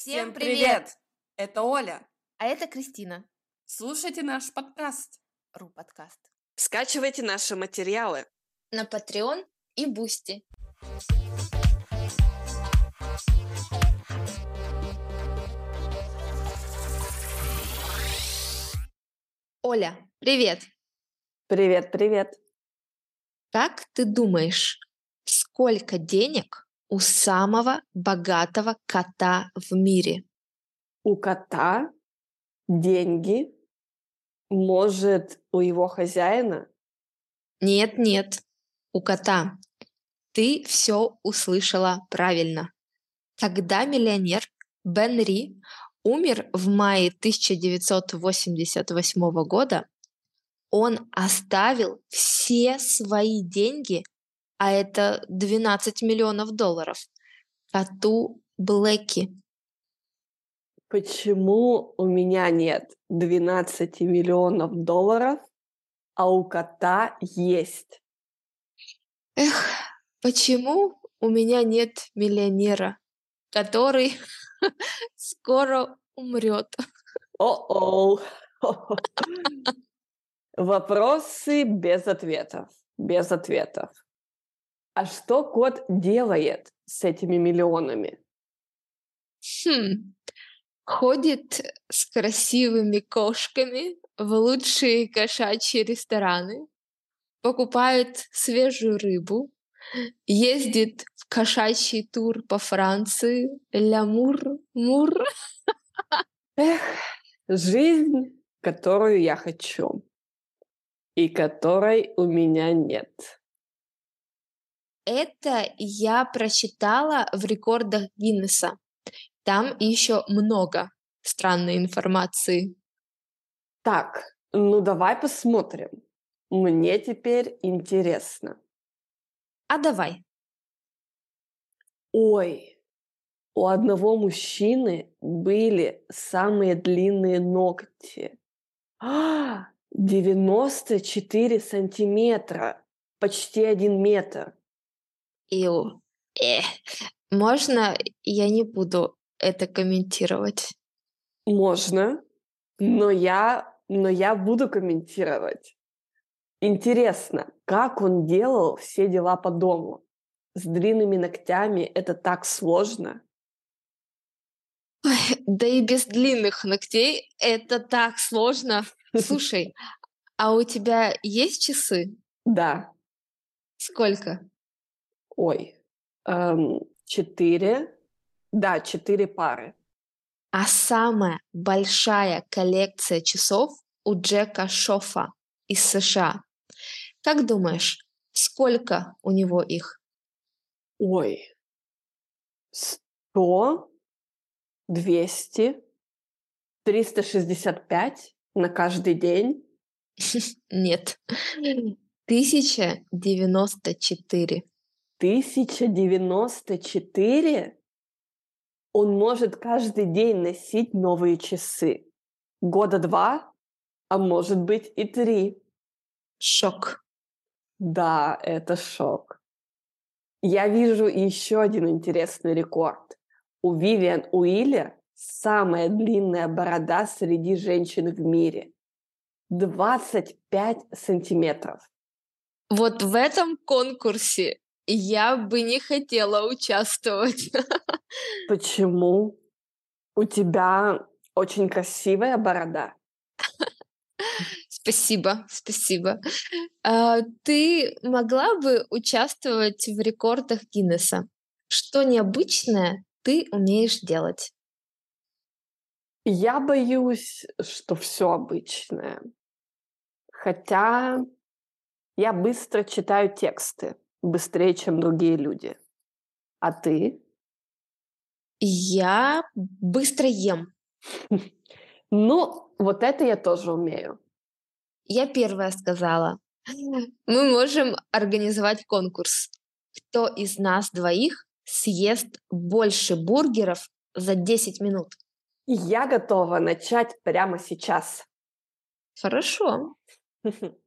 Всем привет! Это Оля. А это Кристина. Слушайте наш подкаст. Подкаст. Скачивайте наши материалы На Patreon и Boosty. Оля, привет! Привет. Как ты думаешь, сколько денег у самого богатого кота в мире? У кота деньги, может, у его хозяина? Нет, у кота. Ты все услышала правильно. Когда миллионер Бен Ри умер в мае 1988 года, он оставил все свои деньги, а это 12 миллионов долларов, коту Блэки. Почему у меня нет 12 миллионов долларов, а у кота есть? Эх, почему у меня нет миллионера, который скоро умрет? О-оу! Вопросы без ответов. А что кот делает с этими миллионами? Ходит с красивыми кошками в лучшие кошачьи рестораны, покупает свежую рыбу, ездит в кошачий тур по Франции, лямур-мур. Эх, жизнь, которую я хочу и которой у меня нет. Это я прочитала в рекордах Гиннесса. Там еще много странной информации. Так, ну давай посмотрим. Мне теперь интересно. А давай. Ой, у одного мужчины были самые длинные ногти. 94 сантиметра, почти 1 метр. Ил. Можно я не буду это комментировать? Можно, но я буду комментировать. Интересно, как он делал все дела по дому? С длинными ногтями это так сложно. Ой, да и без длинных ногтей это так сложно. Слушай, а у тебя есть часы? Да. Сколько? Ой. 4. Да, 4 пары. А самая большая коллекция часов у Джека Шофа из США. Как думаешь, сколько у него их? Ой. 100, 200, 365 на каждый день. Нет. 1094. 1094? Он может каждый день носить новые часы. 2 года, а может быть и 3. Шок. Да, это шок. Я вижу еще один интересный рекорд. У Вивиан Уиллер самая длинная борода среди женщин в мире. 25 сантиметров. Вот в этом конкурсе я бы не хотела участвовать. Почему? У тебя очень красивая борода. Спасибо. Ты могла бы участвовать в рекордах Гиннесса? Что необычное ты умеешь делать? Я боюсь, что все обычное. Хотя я быстро читаю тексты, быстрее, чем другие люди. А ты? Я быстро ем. Ну, вот это я тоже умею. Я первая сказала. Мы можем организовать конкурс. Кто из нас двоих съест больше бургеров за 10 минут? Я готова начать прямо сейчас. Хорошо.